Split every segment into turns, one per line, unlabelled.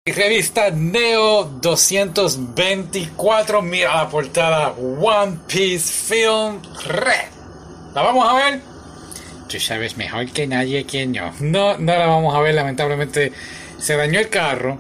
Revista Neo 224, mira la portada, One Piece Film Red. ¿La vamos a ver? Tú sabes mejor que nadie que no. No la vamos a ver, lamentablemente se dañó el carro.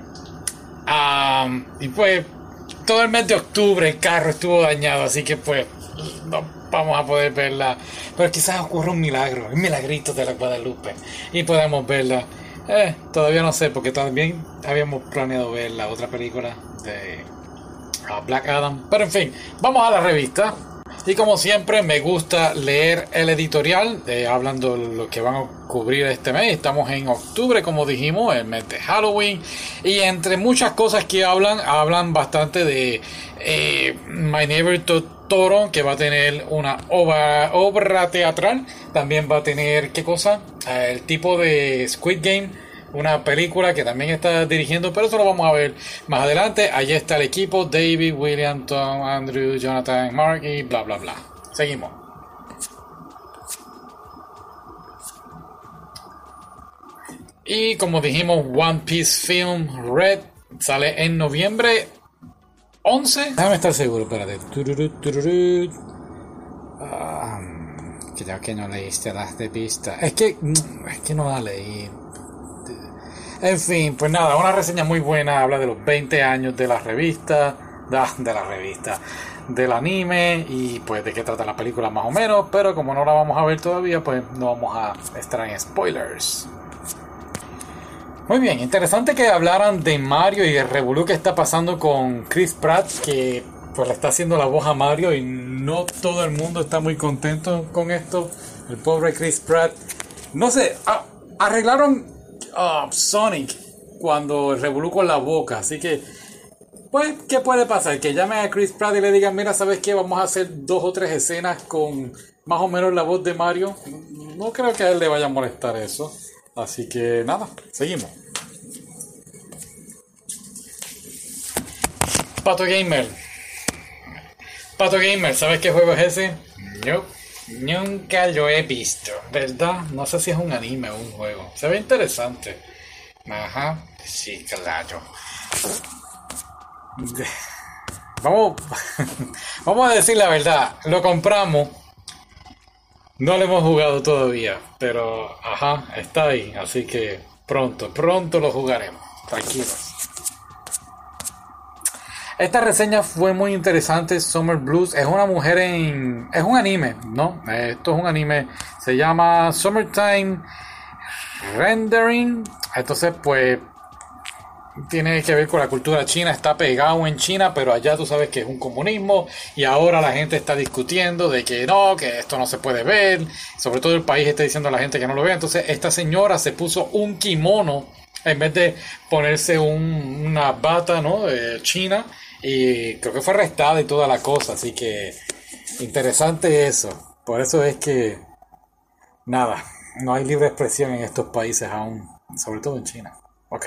Y pues todo el mes de octubre el carro estuvo dañado, así que pues no vamos a poder verla. Pero quizás ocurra un milagro, un milagrito de la Guadalupe y podamos verla. Todavía no sé, porque también habíamos planeado ver la otra película de Black Adam. Pero en fin, vamos a la revista. Y como siempre, me gusta leer el editorial. Hablando de lo que van a cubrir este mes. Estamos en octubre, como dijimos, el mes de Halloween. Y entre muchas cosas que hablan bastante de My Neighbor Totoro, que va a tener una obra teatral. También va a tener, ¿qué cosa? El tipo de Squid Game, una película que también está dirigiendo, pero eso lo vamos a ver más adelante. Allí está el equipo: David, William, Tom, Andrew, Jonathan, Mark y bla bla bla. Seguimos. Y como dijimos, One Piece Film Red sale en noviembre 11. Déjame estar seguro, espérate. Creo que no leíste las de pista. Es que no la leí. En fin, pues nada, una reseña muy buena. Habla de los 20 años de la revista. Del anime. Y pues de qué trata la película más o menos. Pero como no la vamos a ver todavía, pues no vamos a estar en spoilers. Muy bien, interesante que hablaran de Mario y el revolú que está pasando con Chris Pratt, que pues le está haciendo la voz a Mario y no todo el mundo está muy contento con esto. El pobre Chris Pratt. No sé, arreglaron Sonic cuando el revolú con la boca, así que pues, ¿qué puede pasar? Que llamen a Chris Pratt y le digan, mira, ¿sabes qué? Vamos a hacer 2 o 3 escenas con más o menos la voz de Mario. No creo que a él le vaya a molestar eso. Así que nada, seguimos. Pato Gamer, ¿sabes qué juego es ese? No, nunca lo he visto, ¿verdad? No sé si es un anime o un juego. Se ve interesante. Ajá, sí, claro. Vamos a decir la verdad. Lo compramos. No lo hemos jugado todavía, pero ajá, está ahí, así que pronto lo jugaremos, tranquilos. Esta reseña fue muy interesante. Summer Blues es una mujer es un anime, ¿no? Esto es un anime, se llama Summertime Rendering. Entonces pues tiene que ver con la cultura china, está pegado en China, pero allá tú sabes que es un comunismo y ahora la gente está discutiendo de que no, que esto no se puede ver, sobre todo el país está diciendo a la gente que no lo vea. Entonces esta señora se puso un kimono en vez de ponerse una bata, ¿no?, de China, y creo que fue arrestada y toda la cosa, así que interesante eso. Por eso es que nada, no hay libre expresión en estos países aún, sobre todo en China. Ok.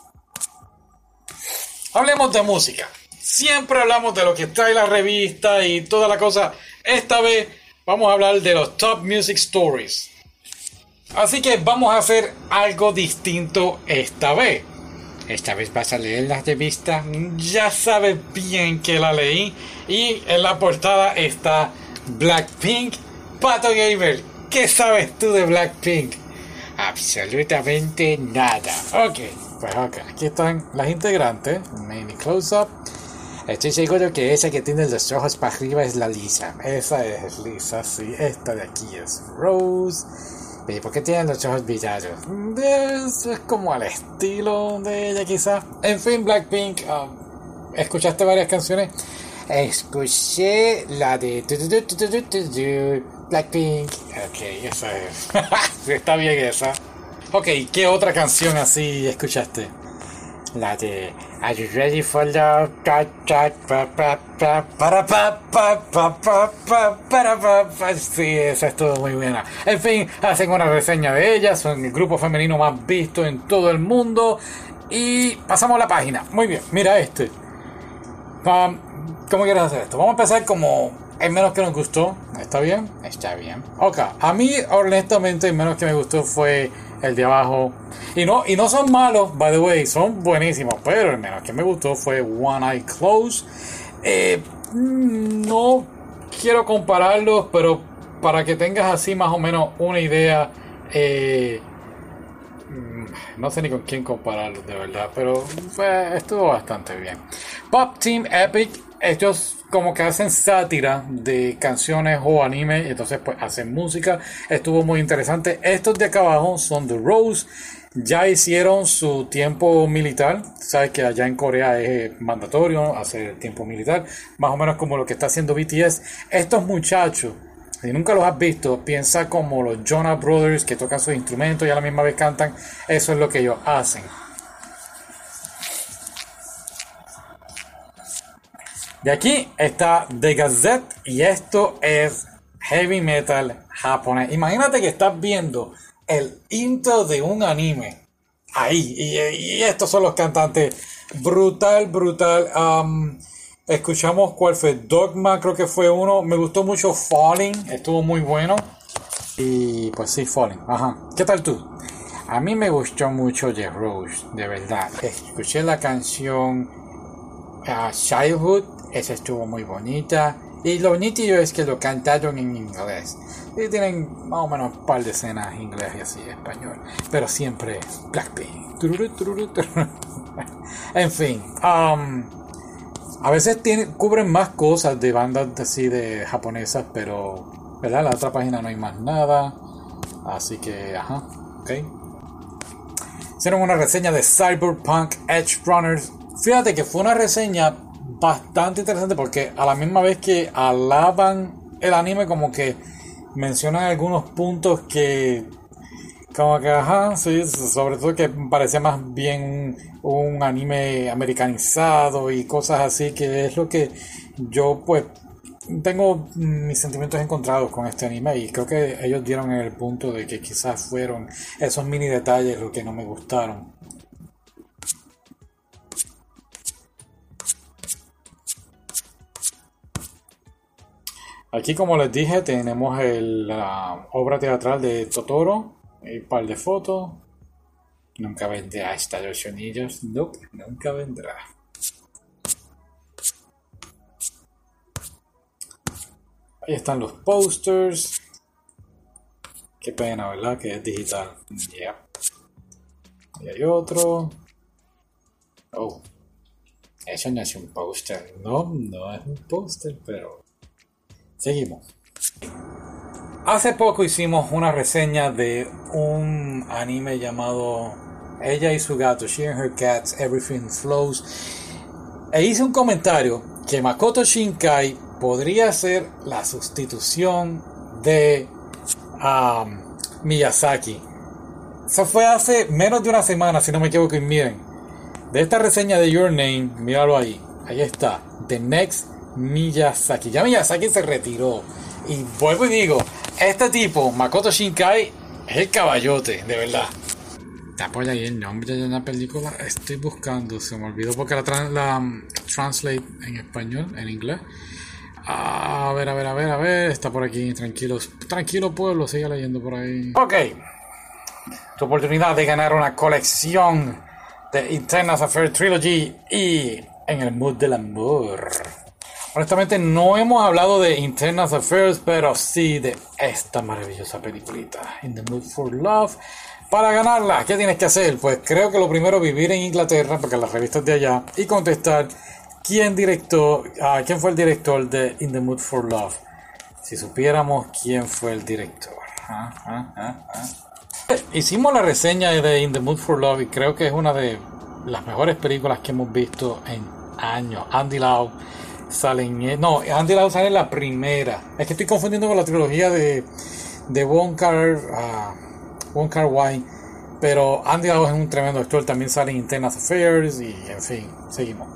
Hablemos de música. Siempre hablamos de lo que trae la revista y toda la cosa. Esta vez vamos a hablar de los Top Music Stories. Así que vamos a hacer algo distinto esta vez. Esta vez vas a leer la revista. Ya sabes bien que la leí. Y en la portada está Blackpink. Pato Gamer, ¿qué sabes tú de Blackpink? Absolutamente nada. Ok. Pues ok, aquí están las integrantes. Mini close-up. Estoy seguro que esa que tiene los ojos para arriba es la Lisa. Esa es Lisa, sí. Esta de aquí es Rose. ¿Y por qué tienen los ojos brillados? Es como al estilo de ella quizá. En fin, Blackpink. ¿Escuchaste varias canciones? Escuché la de Blackpink. Ok, esa es. Está bien esa. Ok, ¿qué otra canción así escuchaste? La de Are You Ready for Love? Sí, esa estuvo muy buena. En fin, hacen una reseña de ellas. Son el grupo femenino más visto en todo el mundo. Y pasamos a la página. Muy bien, mira este. ¿Cómo quieres hacer esto? Vamos a empezar como el menos que nos gustó. ¿Está bien? Está bien. Ok, a mí honestamente el menos que me gustó fue el de abajo. Y no son malos, by the way, son buenísimos. Pero el menos que me gustó fue One Eye Closed. No quiero compararlos, pero para que tengas así más o menos una idea, no sé ni con quién compararlos de verdad, pero estuvo bastante bien. Pop Team Epic, ellos como que hacen sátira de canciones o anime, entonces pues hacen música, estuvo muy interesante. Estos de acá abajo son The Rose, ya hicieron su tiempo militar, sabes que allá en Corea es mandatorio hacer tiempo militar, más o menos como lo que está haciendo BTS. Estos muchachos, si nunca los has visto, piensa como los Jonas Brothers que tocan sus instrumentos y a la misma vez cantan. Eso es lo que ellos hacen. Y aquí está The Gazette y esto es heavy metal japonés. Imagínate que estás viendo el intro de un anime ahí y estos son los cantantes. Brutal. Escuchamos cuál fue, Dogma creo que fue uno. Me gustó mucho Falling, estuvo muy bueno. Y pues sí, Falling. Ajá. ¿Qué tal tú? A mí me gustó mucho The Rose, de verdad. Escuché la canción Childhood, esa estuvo muy bonita. Y lo nítido es que lo cantaron en inglés. Y tienen más o menos un par de escenas en inglés y así en español. Pero siempre Blackpink. En fin. A veces cubren más cosas de bandas así de japonesas, pero ¿verdad? La otra página no hay más nada. Así que, ajá, ok. Hicieron una reseña de Cyberpunk Edge Runners. Fíjate que fue una reseña bastante interesante porque a la misma vez que alaban el anime, como que mencionan algunos puntos que como que, ajá, sí, sobre todo que parecía más bien un anime americanizado y cosas así, que es lo que yo, pues, tengo mis sentimientos encontrados con este anime y creo que ellos dieron el punto de que quizás fueron esos mini detalles los que no me gustaron. Aquí, como les dije, tenemos la obra teatral de Totoro. Un par de fotos. Nunca vendrá a Estados Unidos. Nope, nunca vendrá. Ahí están los posters. Qué pena, ¿verdad? Que es digital. Yeah. Y hay otro. Oh. Eso no es un póster. No es un póster, pero seguimos. Hace poco hicimos una reseña de un anime llamado Ella y su gato, She and Her Cats, Everything Flows. E hice un comentario que Makoto Shinkai podría ser la sustitución de Miyazaki. Eso fue hace menos de una semana, si no me equivoco. Y miren, de esta reseña de Your Name, míralo ahí. Ahí está, The Next Miyazaki. Ya Miyazaki se retiró. Y vuelvo y digo, este tipo, Makoto Shinkai, es el caballote, de verdad. ¿Te apoya ahí el nombre de la película? Estoy buscando, se me olvidó porque la translate en español, en inglés. A ver, está por aquí, tranquilo pueblo, sigue leyendo por ahí. Ok, tu oportunidad de ganar una colección de Internal Affairs Trilogy y En el Mood del Amor. Honestamente no hemos hablado de Internal Affairs, pero sí de esta maravillosa peliculita, In the Mood for Love. Para ganarla, ¿qué tienes que hacer? Pues creo que lo primero, vivir en Inglaterra, porque las revistas de allá, y contestar quién fue el director de In the Mood for Love. Si supiéramos quién fue el director. Hicimos la reseña de In the Mood for Love y creo que es una de las mejores películas que hemos visto en años. Andy Lau sale Andy Lau sale en la primera. Es que estoy confundiendo con la trilogía de Wong Kar-wai, pero Andy Lau es un tremendo actor. También sale en Internal Affairs y en fin, seguimos.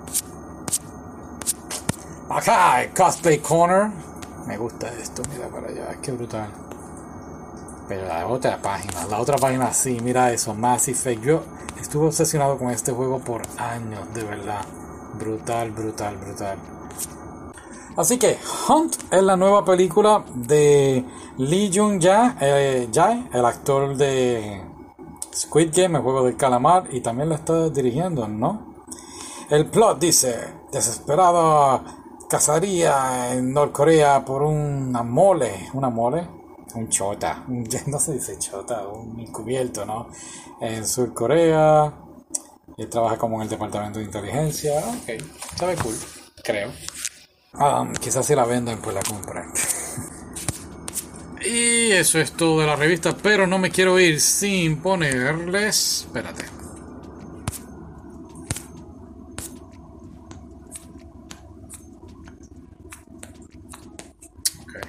Acá, Cosplay Corner. Me gusta esto, mira para allá, es que brutal. Pero la otra página sí, mira eso, Mass Effect. Yo estuve obsesionado con este juego por años, de verdad. Brutal. Así que Hunt es la nueva película de Lee Jung-jae, el actor de Squid Game, el juego del calamar, y también lo está dirigiendo, ¿no? El plot dice: desesperada cazaría en Norcorea por un chota, no se dice chota, un encubierto, ¿no? En Surcorea, él trabaja como en el departamento de inteligencia. Ok, sabe cool, creo. Quizás si la venden, pues la compren. Y eso es todo de la revista, pero no me quiero ir sin ponerles... Espérate. Okay.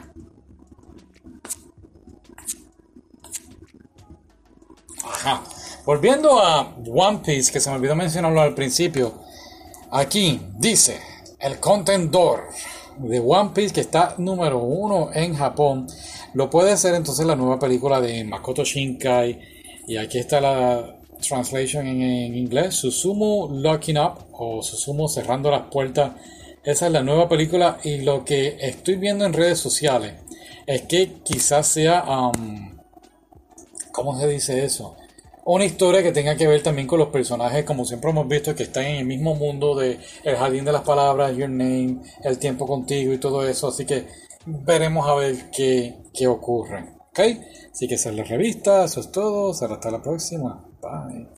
Ajá. Volviendo a One Piece, que se me olvidó mencionarlo al principio. Aquí dice el contendor de One Piece, que está número 1 en Japón. Lo puede ser entonces la nueva película de Makoto Shinkai. Y aquí está la translation en inglés: Susumu Locking Up, o Susumu cerrando las puertas. Esa es la nueva película, y lo que estoy viendo en redes sociales es que quizás sea ¿cómo se dice eso? Una historia que tenga que ver también con los personajes, como siempre hemos visto, que están en el mismo mundo de El Jardín de las Palabras, Your Name, El Tiempo Contigo y todo eso. Así que veremos a ver qué ocurre. ¿Ok? Así que esa es la revista, eso es todo. Será hasta la próxima. Bye.